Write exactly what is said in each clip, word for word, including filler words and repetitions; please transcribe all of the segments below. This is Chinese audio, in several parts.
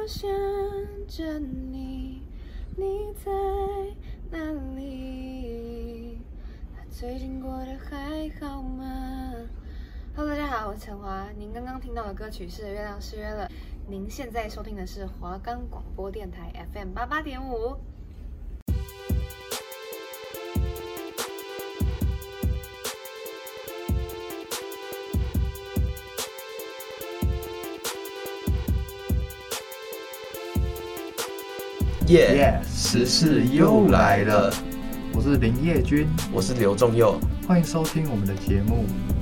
想着你，你在哪里？最近过得还好吗 ？Hello， 大家好，我是陈华。您刚刚听到的歌曲是《月亮失约了》。您现在收听的是华冈广播电台 F M 八八点五。 耶、yeah, 时事又来了。 我是林业君， 我是刘仲佑， 欢迎收听我们的节目。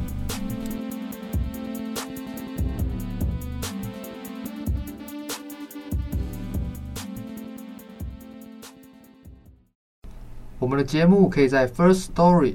我们的节目可以在 First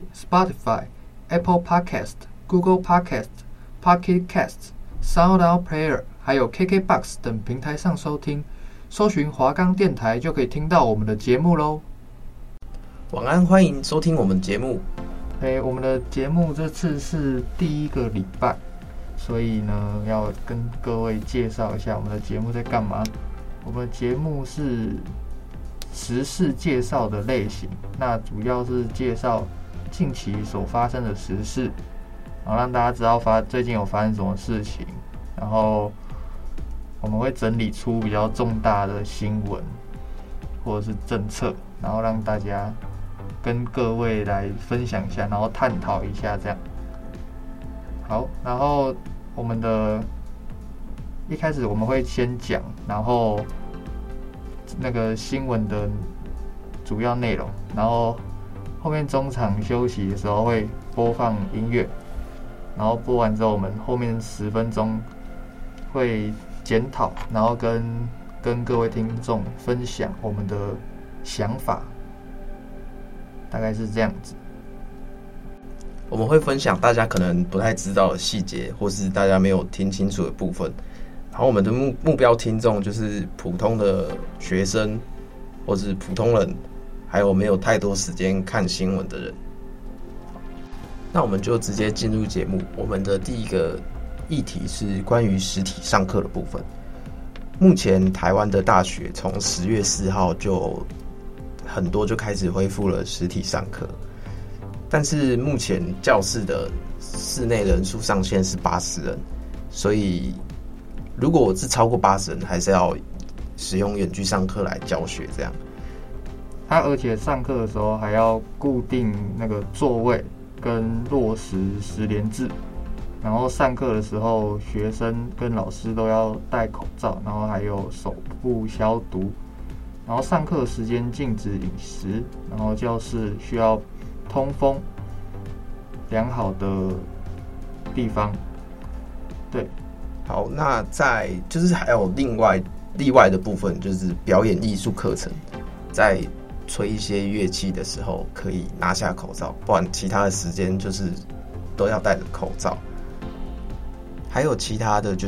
Story、Spotify、Apple Podcast、Google Podcast、Pocket Casts、SoundOut Player 还有 K K B O X 等平台上收听。搜寻华冈电台就可以听到我们的节目咯。 晚安，欢迎收听我们节目。 欸、我们的节目这次是第一个礼拜，所以呢要跟各位介绍一下我们的节目在干嘛。我们的节目是时事介绍的类型，那主要是介绍近期所发生的时事，然后让大家知道发最近有发生什么事情，然后我们会整理出比较重大的新闻或者是政策，然后让大家跟各位来分享一下，然后探讨一下这样。好，然后我们的一开始我们会先讲，然后那个新闻的主要内容，然后后面中场休息的时候会播放音乐，然后播完之后我们后面十分钟会检讨，然后跟跟各位听众分享我们的想法，大概是这样子。 我们会分享大家可能不太知道的细节，或是大家没有听清楚的部分。然后我们的 目, 目标听众就是普通的学生，或是普通人，还有没有太多时间看新闻的人。那我们就直接进入节目。我们的第一个议题是关于实体上课的部分。目前台湾的大学从十月四号就很多就开始恢复了实体上课，但是目前教室的室内人数上限是八十人，所以如果我是超过八十人，还是要使用远距上课来教学这样。 他而且上课的时候还要固定那个座位跟落实实联制。然后上课的时候，学生跟老师都要戴口罩，然后还有手部消毒。然后上课时间禁止饮食，然后教室需要通风良好的地方。对， 好，那在就是还有另外例外的部分，就是表演艺术课程，在吹一些乐器的时候可以拿下口罩，不然其他的时间就是都要戴着口罩。还有其他的就是，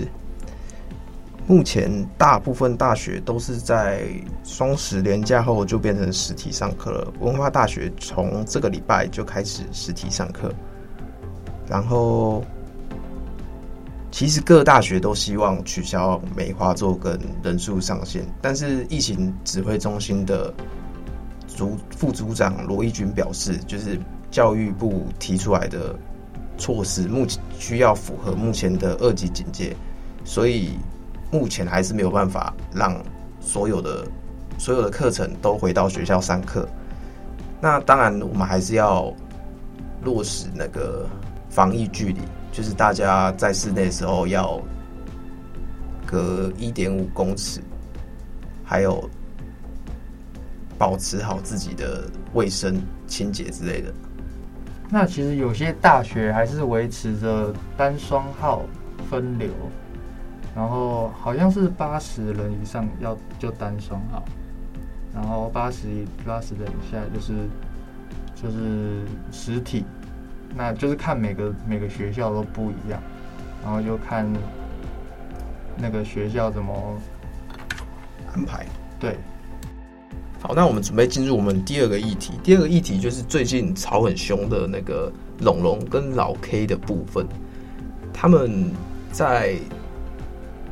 目前大部分大学都是在双十连假后就变成实体上课了。文化大学从这个礼拜就开始实体上课，然后其实各大学都希望取消梅花座跟人数上限，但是疫情指挥中心的组副组长罗义军表示，就是教育部提出来的措施目前需要符合目前的二级警戒，所以目前还是没有办法让所有的所有的课程都回到学校上课。那当然我们还是要落实那个防疫距离，就是大家在室内的时候要隔 一点五公尺，还有保持好自己的卫生清洁之类的。 那其实有些大学还是维持着单双号分流，然后好像是八十人以上要就单双号，然后八十八十人以下就是就是实体，那就是看每个每个学校都不一样，然后就看那个学校怎么安排。 对。 好，那我们准备进入我们第二个议题。第二个议题就是最近吵很凶的那个龙龙跟老 K 的部分。他们在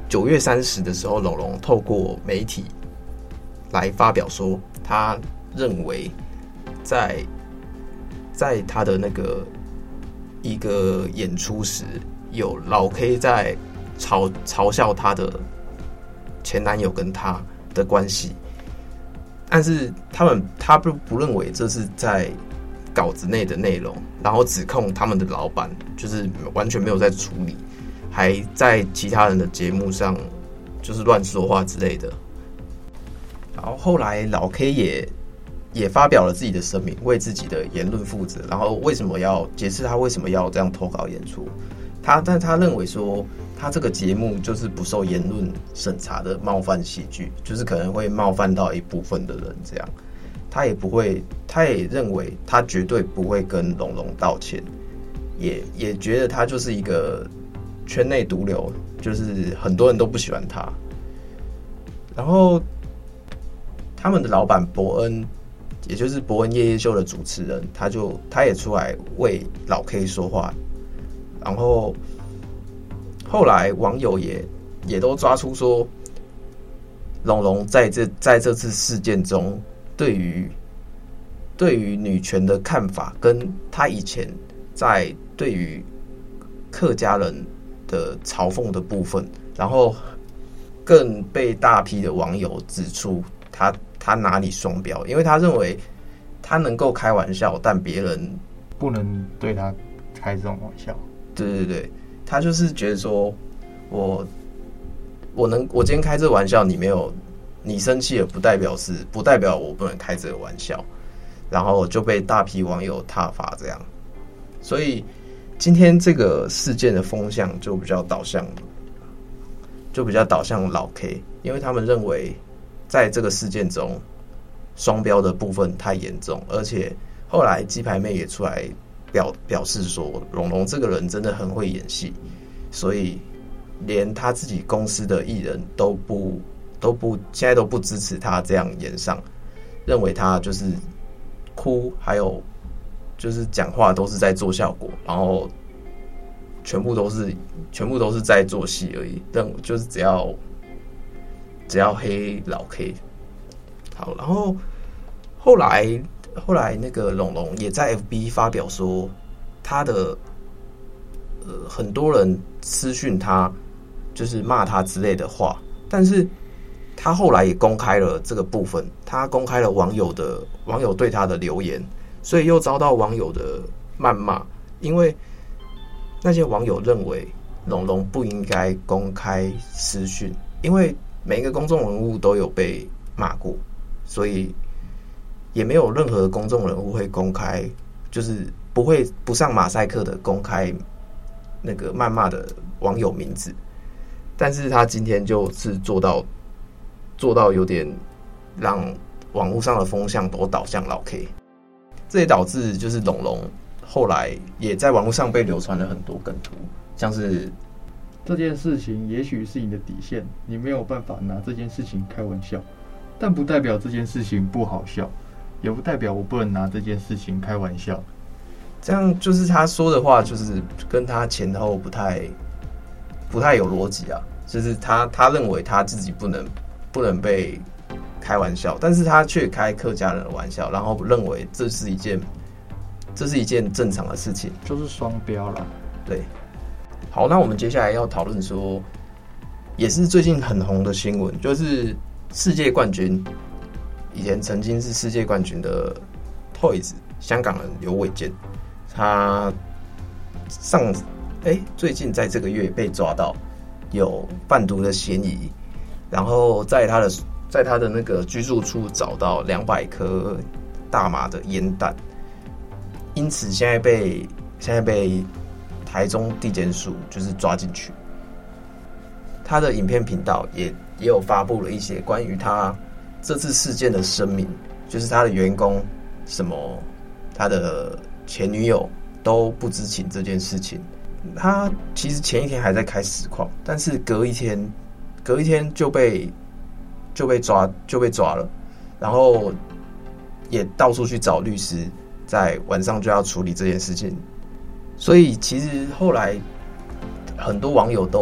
九月三十的时候，龙龙透过媒体来发表说，他认为在在他的那个一个演出时，有老 K 在嘲嘲笑他的前男友跟他的关系，但是他们他不不认为这是在稿子内的内容，然后指控他们的老板就是完全没有在处理，还在其他人的节目上就是乱说话之类的。然后后来老 K 也也发表了自己的声明，为自己的言论负责，然后为什么要解释他为什么要这样投稿演出。他但他认为说，他这个节目就是不受言论审查的冒犯喜剧，就是可能会冒犯到一部分的人这样。他也不会，他也认为他绝对不会跟龙龙道歉，也也觉得他就是一个圈内毒瘤，就是很多人都不喜欢他。然后他们的老板伯恩，也就是伯恩夜夜秀的主持人，他就他也出来为老 K 说话。然后后来网友也也都抓出说，龙龙在这在这次事件中，对于对于女权的看法，跟他以前在对于客家人的嘲讽的部分，然后更被大批的网友指出他他哪里双标，因为他认为他能够开玩笑，但别人不能对他开这种玩笑。 对对对，他就是觉得说，我我能我今天开这个玩笑，你没有你生气了，不代表是不代表我不能开这个玩笑，然后就被大批网友挞伐这样，所以今天这个事件的风向就比较导向，就比较导向老 K， 因为他们认为在这个事件中，双标的部分太严重，而且后来鸡排妹也出来。表表示说，龙龙这个人真的很会演戏，所以连他自己公司的艺人都不都不现在都不支持他这样演上，认为他就是哭，还有就是讲话都是在做效果，然后全部都是全部都是在做戏而已，认就是只要只要黑老 K。好，然后后来。后来，那个龙龙也在 F B 发表说，他的呃很多人私讯他，就是骂他之类的话。但是他后来也公开了这个部分，他公开了网友的网友对他的留言，所以又遭到网友的谩骂。因为那些网友认为龙龙不应该公开私讯，因为每一个公众人物都有被骂过，所以。也没有任何公众人物会公开，就是不会不上马赛克的公开那个谩骂的网友名字，但是他今天就是做到做到有点让网络上的风向都导向老 K， 这也导致就是龙龙后来也在网络上被流传了很多梗图，像是这件事情也许是你的底线，你没有办法拿这件事情开玩笑，但不代表这件事情不好笑。也不代表我不能拿这件事情开玩笑， 这样就是他说的话，就是跟他前后不太不太有逻辑啊。就是他他认为他自己不能不能被开玩笑，但是他却开客家人的玩笑，然后认为这是一件这是一件正常的事情， 就是双标啦。 对，好，那我们接下来要讨论说，也是最近很红的新闻，就是世界冠军。以前曾经是世界冠军的 Toys 香港人刘伟健，他上哎、欸、最近在这个月被抓到有贩毒的嫌疑，然后在他的在他的那个居住处找到两百颗大麻的烟弹，因此现在被现在被台中地检署就是抓进去。他的影片频道也也有发布了一些关于他。这次事件的声明，就是他的员工、什么他的前女友都不知情这件事情。他其实前一天还在开实况，但是隔一天，隔一天就被就被抓就被抓了，然后也到处去找律师，在晚上就要处理这件事情。所以其实后来很多网友都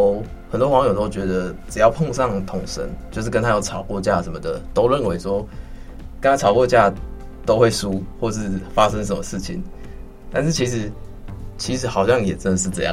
很多网友都觉得，只要碰上统神，就是跟他有吵过架什么的，都认为说跟他吵过架都会输，或是发生什么事情。但是其实其实好像也真的是这样。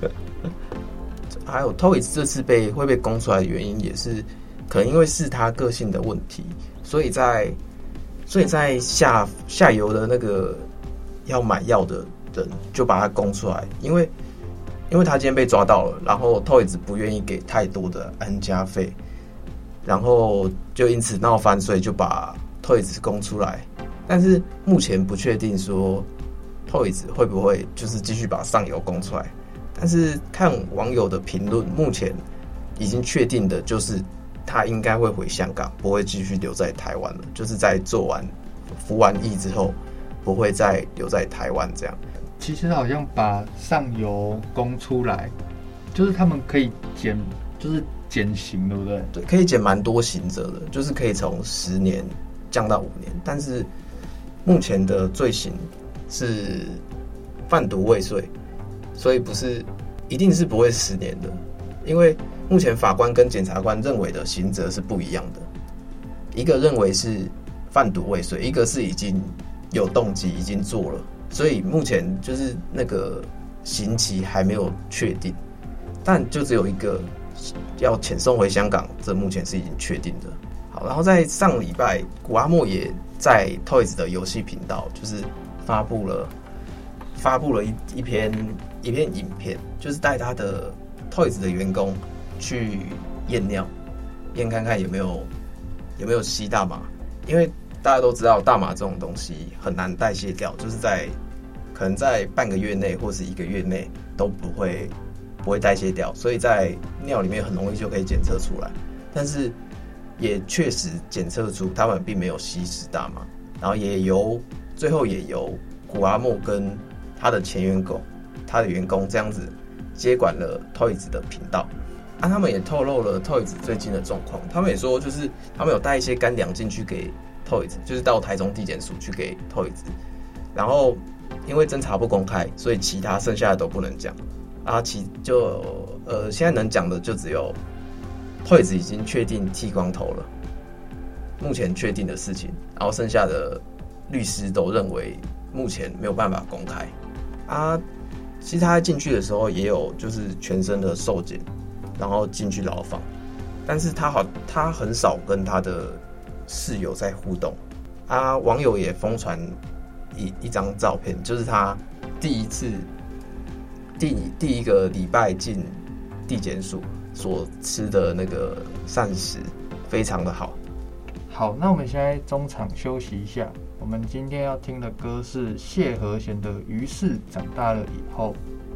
还有 Toys 这次被会被供出来的原因，也是可能因为是他个性的问题，所以在所以在下下游的那个要买药的人就把他供出来，因为因为他今天被抓到了，然后 Toys 不愿意给太多的安家费，然后就因此闹翻，所以就把 Toys 供出来。但是目前不确定说 Toys 会不会就是继续把上游供出来。但是看网友的评论，目前已经确定的就是他应该会回香港，不会继续留在台湾了。就是在做完服完役之后，不会再留在台湾这样。 其实好像把上游供出来，就是他们可以减，就是减刑，对不对？ 对，可以减蛮多刑责的，就是可以从十年降到五年。但是目前的罪行是贩毒未遂。所以不是，一定是不会十年的，因为目前法官跟检察官认为的刑责是不一样的，一个认为是贩毒未遂，一个是已经有动机已经做了，所以目前就是那个刑期还没有确定，但就只有一个要遣送回香港，这目前是已经确定的。好，然后在上礼拜，谷阿莫也在 Toys 的游戏频道就是发布了。发布了一一篇一篇影片，就是带他的 Toys 的员工去验尿，验看看有没有有没有吸大麻，因为大家都知道大麻这种东西很难代谢掉，就是在可能在半个月内或是一个月内都不会不会代谢掉，所以在尿里面很容易就可以检测出来。但是也确实检测出他们并没有吸食大麻，然后也由最后也由谷阿莫跟他的前员工，他的员工这样子接管了 Toys 的频道，啊，他们也透露了 Toys 最近的状况。他们也说，就是他们有带一些干粮进去给 Toys， 就是到台中地检署去给 Toys， 然后因为侦查不公开，所以其他剩下的都不能讲。啊，其就呃现在能讲的就只有 Toys 已经确定剃光头了，目前确定的事情，然后剩下的律师都认为目前没有办法公开。啊，其实他在进去的时候也有就是全身的受检，然后进去牢房，但是他好他很少跟他的室友在互动。啊，网友也疯传一一张照片，就是他第一次第第一个礼拜进地检署所吃的那个膳食，非常的好。 好，那我们现在中场休息一下。我们今天要听的歌是谢和弦的《于是长大了以后》。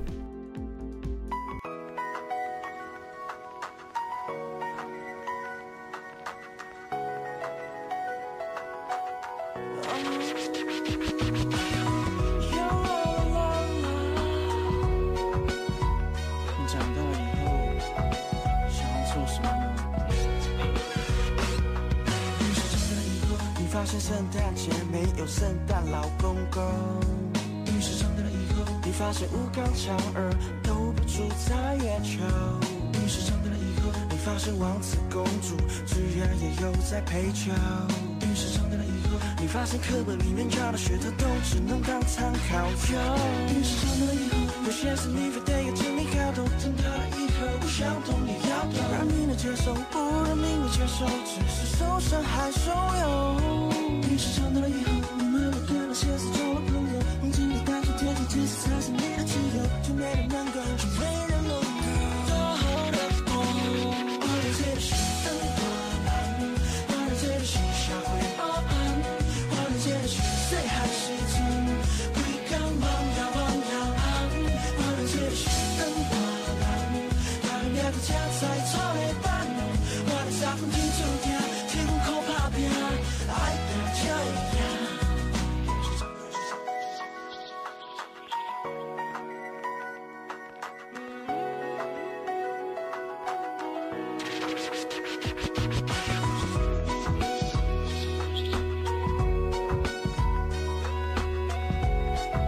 发现圣诞节没有圣诞老公公，于是长大了以后，你发现吴刚乔儿都不住在月球，于是长大了以后，你发现王子公主居然也有在陪酒，于是长大了以后，你发现课本里面教的学的都只能当参考用，于是长大了以后，有些事你非得要经历好懂，长大了以后不想懂也要懂，让命运接受，不让命运接受，只是受伤还受用。于是长大了以后，我们每个人现实中的朋友，用尽力单纯天气，其实才是你的自由，就没人能够，就没人能够多得多。我的这个心灯光暗，我的这个心下会爆暗，我的这个心碎还是真，会刚忘呀忘呀暗，我的这个心灯光暗，大人两个家在错的班，我的三分天注定，天空可怕变，爱。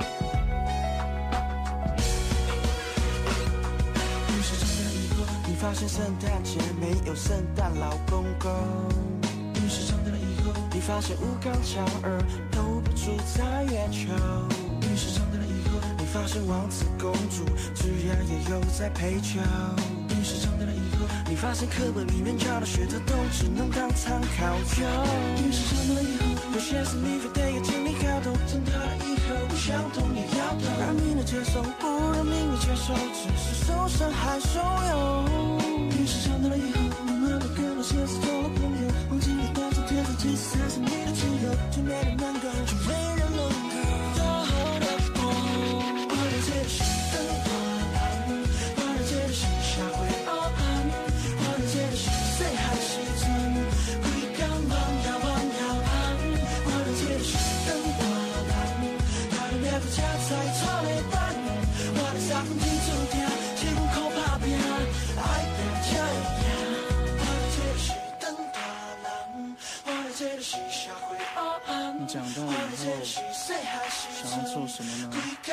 发发现圣诞节没有圣诞老公公。陨石长大了以后，你发现吴刚强儿都不住在月球。陨石长大了以后，你发现王子公主居然也有在陪酒。陨石长大了以后，你发现课本里面教的学的都只能当参考用。陨石长大了以后，有些事你非得要经历考懂，长大了以后不想懂也要懂。让命运接受，不让命运接受，只是受伤害受用。陨石长大了以后，慢慢的跟那些死透了朋友，忘记了当初天生其实才是你的自由，就没人能够，就没人能够躲得过。我了解的是灯光，我了解的是下回偶然，我了解的是谁还是真，会刚忘呀忘呀忘。我了解的是灯光，他的两个家在错了半，我的三分天注定，天空口怕变，爱变这样。我了解的是灯光，我了解的是下回偶然。 你长大以后想要做什么呢？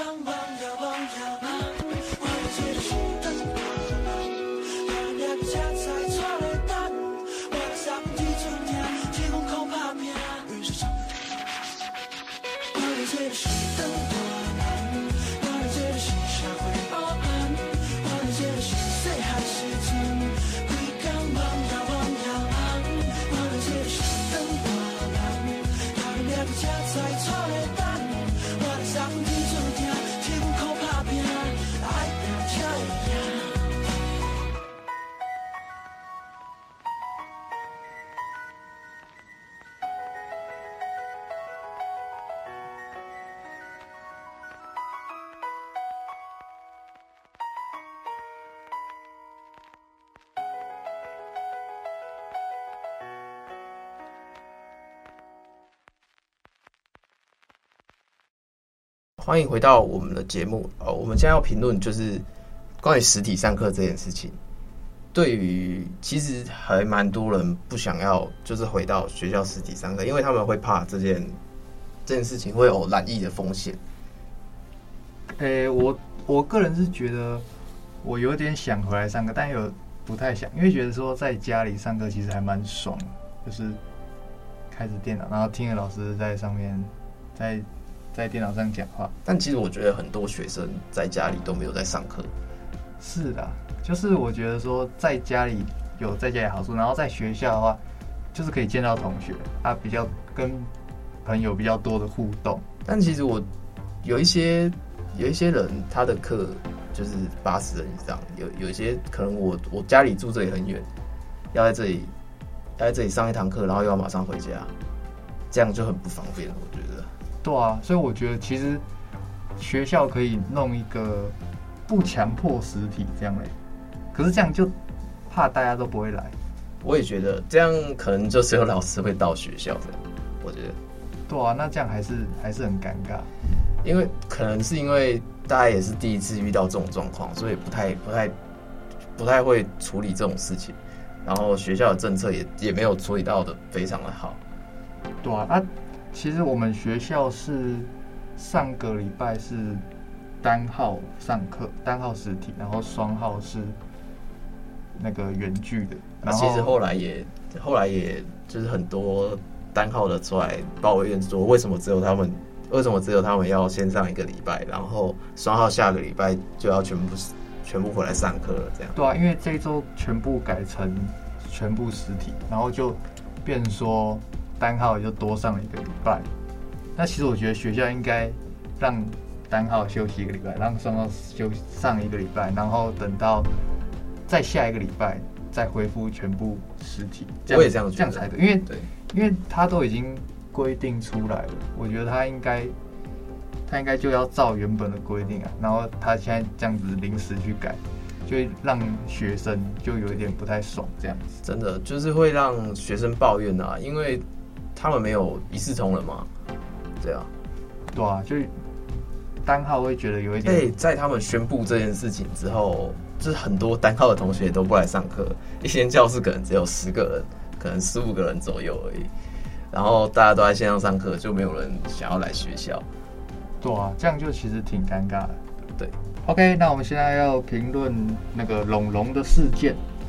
欢迎回到我们的节目哦。我们现在要评论就是关于实体上课这件事情。对于其实还蛮多人不想要，就是回到学校实体上课，因为他们会怕这件这件事情会有染疫的风险。 诶、欸，我我个人是觉得我有点想回来上课，但有不太想，因为觉得说在家里上课其实还蛮爽的，就是开着电脑，然后听着老师在上面在。在电脑上讲话， 但其实我觉得很多学生在家里都没有在上课。 是的，就是我觉得说在家里有在家里好处，然后在学校的话，就是可以见到同学啊，比较跟朋友比较多的互动。 但其实我有一些有一些人，他的课就是八十人以上，有有一些可能我我家里住这里很远，要在这里要在这里上一堂课，然后又要马上回家，这样就很不方便了，我觉得。 对啊，所以我觉得其实学校可以弄一个不强迫实体这样嘞，可是这样就怕大家都不会来。 我也觉得这样可能就只有老师会到学校这样，我觉得。 对啊，那这样还是还是很尴尬。 因为可能是因为大家也是第一次遇到这种状况，所以不太不太不太会处理这种事情，然后学校的政策也也没有处理到的非常的好。 对啊，啊其实我们学校是上个礼拜是单号上课，单号实体，然后双号是那个远距的。然后其实后来也后来也就是很多单号的出来抱怨说，为什么只有他们为什么只有他们要先上一个礼拜，然后双号下个礼拜就要全部全部回来上课了这样。 对啊，因为这一周全部改成全部实体，然后就变说。单号也就多上了一个礼拜，那其实我觉得学校应该让单号休息一个礼拜，让双号休上一个礼拜，然后等到再下一个礼拜再恢复全部实体。 我也这样觉得， 这样才对，因为对，因为他都已经规定出来了，我觉得他应该他应该就要照原本的规定啊，然后他现在这样子临时去改。就会让学生就有一点不太爽，这样子真的就是会让学生抱怨啊，因为他们没有一视同仁嘛，对啊， 对啊，就单号会觉得有一点。 哎，在他们宣布这件事情之后，就是很多单号的同学都不来上课，一间教室可能只有十个人，可能十五个人左右而已，然后大家都在线上上课，就没有人想要来学校。 对啊，这样就其实挺尴尬的。 对。 OK， 那我们现在要评论那个龙龙的事件。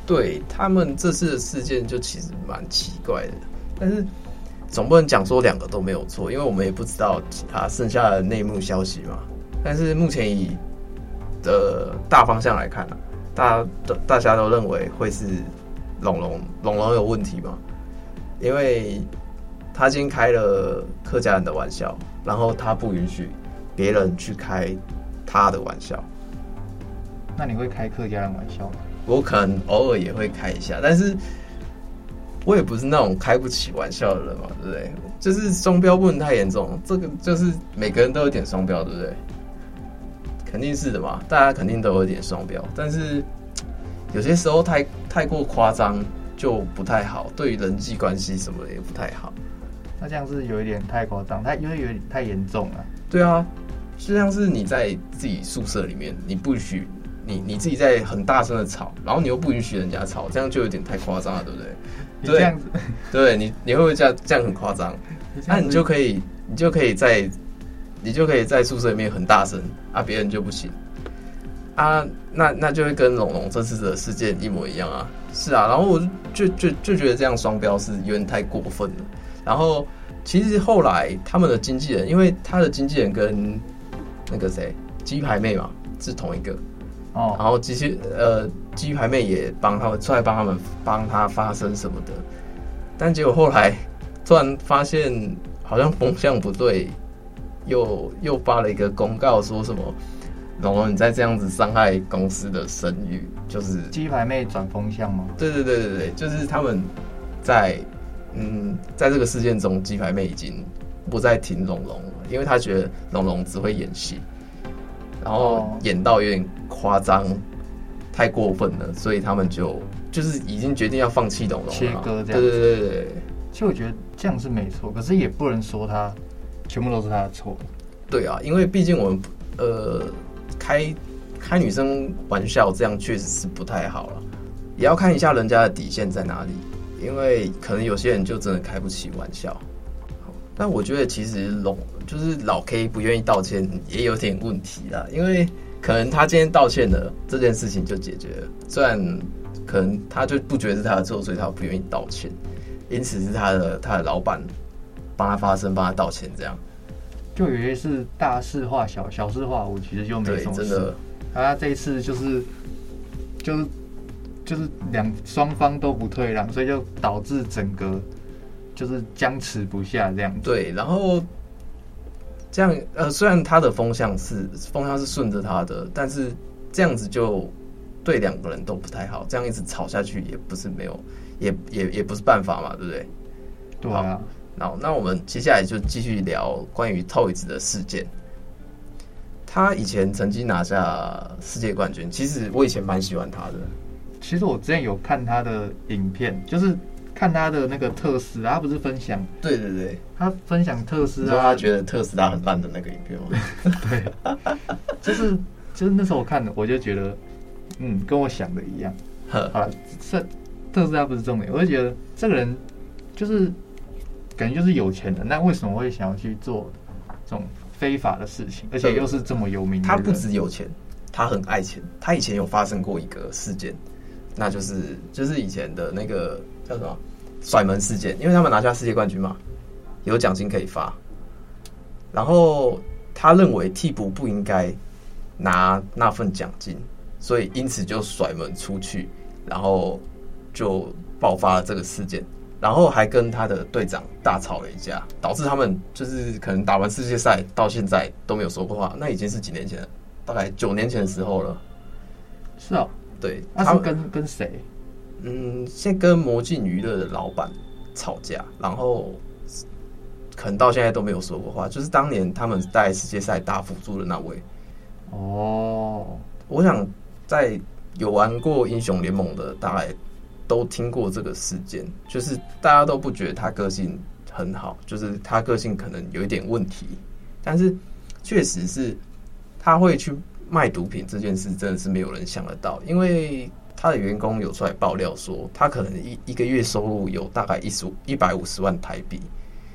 对他们这次的事件就其实蛮奇怪的，但是总不能讲说两个都没有错，因为我们也不知道其他剩下的内幕消息嘛。但是目前以的大方向来看啊，大大家都认为会是龙龙龙龙有问题嘛，因为他今天开了客家人的玩笑，然后他不允许别人去开他的玩笑。 那你会开客家人玩笑吗？ 我可能偶尔也会开一下，但是我也不是那种开不起玩笑的人嘛，对不对？就是双标不能太严重，这个就是每个人都有点双标，对不对？肯定是的嘛，大家肯定都有点双标，但是有些时候太太过夸张就不太好，对于人际关系什么的也不太好。 那这样是有一点太夸张，太因为有点太严重了。对啊，就像是你在自己宿舍里面，你不许你你自己在很大声的吵，然后你又不允许人家吵，这样就有点太夸张了，对不对？ 你这样子， 对你你会不会这样这样很夸张？那你就可以你就可以在你就可以在宿舍里面很大声啊，别人就不行啊，那那就会跟龙龙这次的事件一模一样啊。是啊，然后我就就就觉得这样双标是有点太过分了。然后其实后来他们的经纪人，因为他的经纪人跟那个谁鸡排妹嘛是同一个哦，然后机器呃鸡排妹也帮他们出来帮他们帮他发声什么的，但结果后来突然发现好像风向不对，又又发了一个公告说什么龙龙你再这样子伤害公司的声誉，就是鸡排妹转风向吗？ 对对对对对，就是他们在嗯在这个事件中，鸡排妹已经不再挺龙龙了，因为他觉得龙龙只会演戏，然后演到有点夸张，太过分了，所以他们就就是已经决定要放弃龙龙了， 切割这样。 对对对对。 其实我觉得这样是没错，可是也不能说他全部都是他的错。 对啊，因为毕竟我们呃开开女生玩笑，这样确实是不太好了，也要看一下人家的底线在哪里，因为可能有些人就真的开不起玩笑。但我觉得其实龙就是老 K 不愿意道歉也有点问题啦，因为可能他今天道歉了，这件事情就解决了。虽然可能他就不觉得是他的错，所以他不愿意道歉，因此是他的他的老板帮他发声，帮他道歉，这样就有些是大事化小，小事化无，其实就没什么事。 对，真的。 他这一次就是就是就是两双方都不退让，所以就导致整个就是僵持不下这样子。 对，然后这样呃，虽然他的风向是风向是顺着他的，但是这样子就对两个人都不太好，这样一直吵下去也不是没有，也也也不是办法嘛，对不对？ 对啊。 那那我们接下来就继续聊关于 Toys 的事件。他以前曾经拿下世界冠军，其实我以前蛮喜欢他的。 其实我之前有看他的影片，就是看他的那个特斯拉，他不是分享？ 对对对， 他分享特斯拉， 你说他觉得特斯拉很烂的那个影片吗？ 对，就是就是那时候我看的，我就觉得，嗯，跟我想的一样。好了，这特斯拉不是重点，我就觉得这个人就是感觉就是有钱人，那为什么会想要去做这种非法的事情，而且又是这么有名的人？ 他不只有钱，他很爱钱。他以前有发生过一个事件，那就是就是以前的那个叫什么甩门事件，因为他们拿下世界冠军嘛，有奖金可以发。然后他认为替补不应该拿那份奖金，所以因此就甩门出去，然后就爆发了这个事件。然后还跟他的队长大吵了一架，导致他们就是可能打完世界赛到现在都没有说过话。那已经是几年前了，大概九年前的时候了。 是哦， 对， 他是跟跟谁？ 嗯，先跟魔镜娱乐的老板吵架，然后可能到现在都没有说过话。就是当年他们在世界赛打辅助的那位。 哦， 我想在有玩过英雄联盟的大概都听过这个事件，就是大家都不觉得他个性很好，就是他个性可能有一点问题，但是确实是他会去卖毒品这件事，真的是没有人想得到，因为他的员工有出来爆料说，他可能一一个月收入有大概一十一百五十万台币，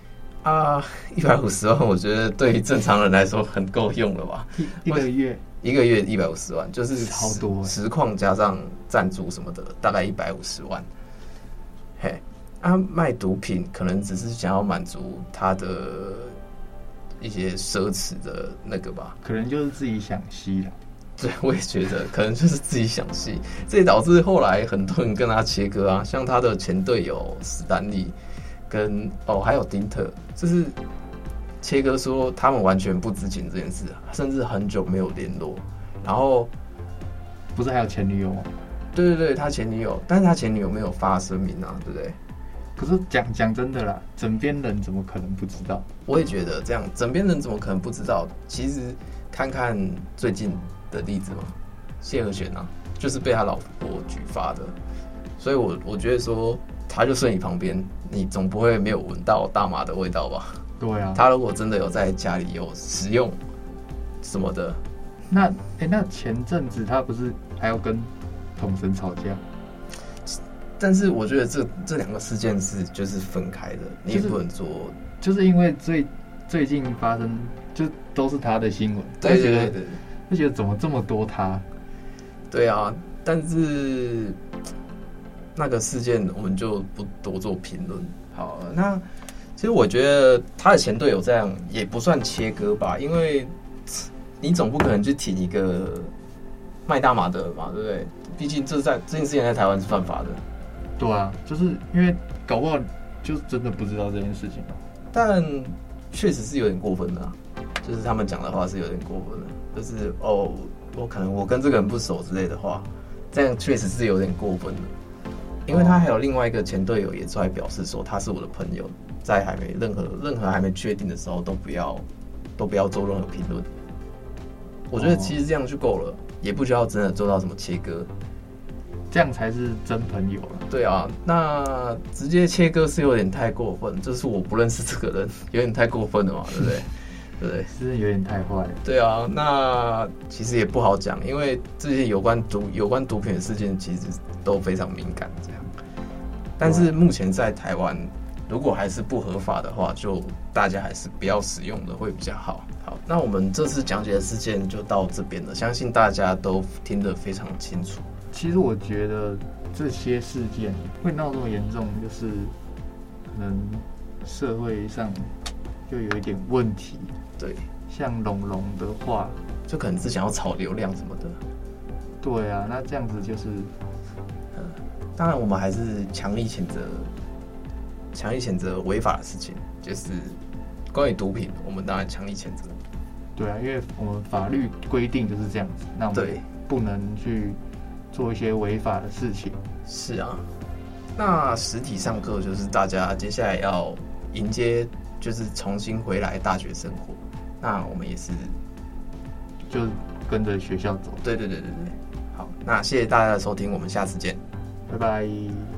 啊，一百五十万，我觉得对于正常人来说很够用了吧？ 一一个月一个月一百五十万，就是超多实况加上赞助什么的，大概一百五十万。嘿，啊，卖毒品可能只是想要满足他的一些奢侈的那个吧， 可能就是自己想吸了。 对，我也觉得可能就是自己想吸，这也导致后来很多人跟他切割啊，像他的前队友史丹利跟哦还有丁特，就是切割说他们完全不知情这件事，甚至很久没有联络。然后不是还有前女友吗？ 对对对，他前女友，但是他前女友没有发声明啊，对不对？ 可是讲讲真的啦，枕边人怎么可能不知道？ 我也觉得这样，枕边人怎么可能不知道？其实看看最近的例子嘛，谢和弦啊，就是被他老婆举发的，所以我我觉得说，他就睡你旁边，你总不会没有闻到大麻的味道吧？ 对啊， 他如果真的有在家里有使用什么的， 那哎、欸，那前阵子他不是还要跟统神吵架？ 但是我觉得这这两个事件是就是分开的，你也不能做。 就是因为最最近发生，就都是他的新闻， 对对对对， 就觉得怎么这么多他？ 对啊，但是那个事件我们就不多做评论。好，那其实我觉得他的前队友这样也不算切割吧，因为你总不可能去挺一个卖大麻的嘛，对不对？毕竟这在这件事情在台湾是犯法的。 对啊，就是因为搞不好就真的不知道这件事情嘛。 但确实是有点过分的、啊，就是他们讲的话是有点过分的，就是哦，我可能我跟这个人不熟之类的话，这样确实是有点过分的。因为他还有另外一个前队友也出来表示说，他是我的朋友，在还没任何任何还没确定的时候，都不要都不要做任何评论。我觉得其实这样就够了，也不需要真的做到什么切割。 这样才是真朋友了。 对啊，那直接切割是有点太过分，就是我不认识这个人，有点太过分了嘛，对不对？对不对？ 是有点太坏了。 对啊，那其实也不好讲，因为这些有关毒有关毒品的事件其实都非常敏感，这样。但是目前在台湾，如果还是不合法的话，就大家还是不要使用的会比较好。好，那我们这次讲解的事件就到这边了，相信大家都听得非常清楚。 其实我觉得这些事件会闹这么严重，就是可能社会上就有一点问题。 对， 像龙龙的话， 就可能是想要炒流量什么的。 对啊，那这样子就是， 呃，当然我们还是强力谴责，强力谴责违法的事情，就是关于毒品，我们当然强力谴责。 对啊，因为我们法律规定就是这样子，那我们不能去做一些违法的事情。 是啊，那实体上课就是大家接下来要迎接，就是重新回来大学生活。那我们也是就跟着学校走。 对对对对对。好，那谢谢大家的收听，我们下次见， 拜拜。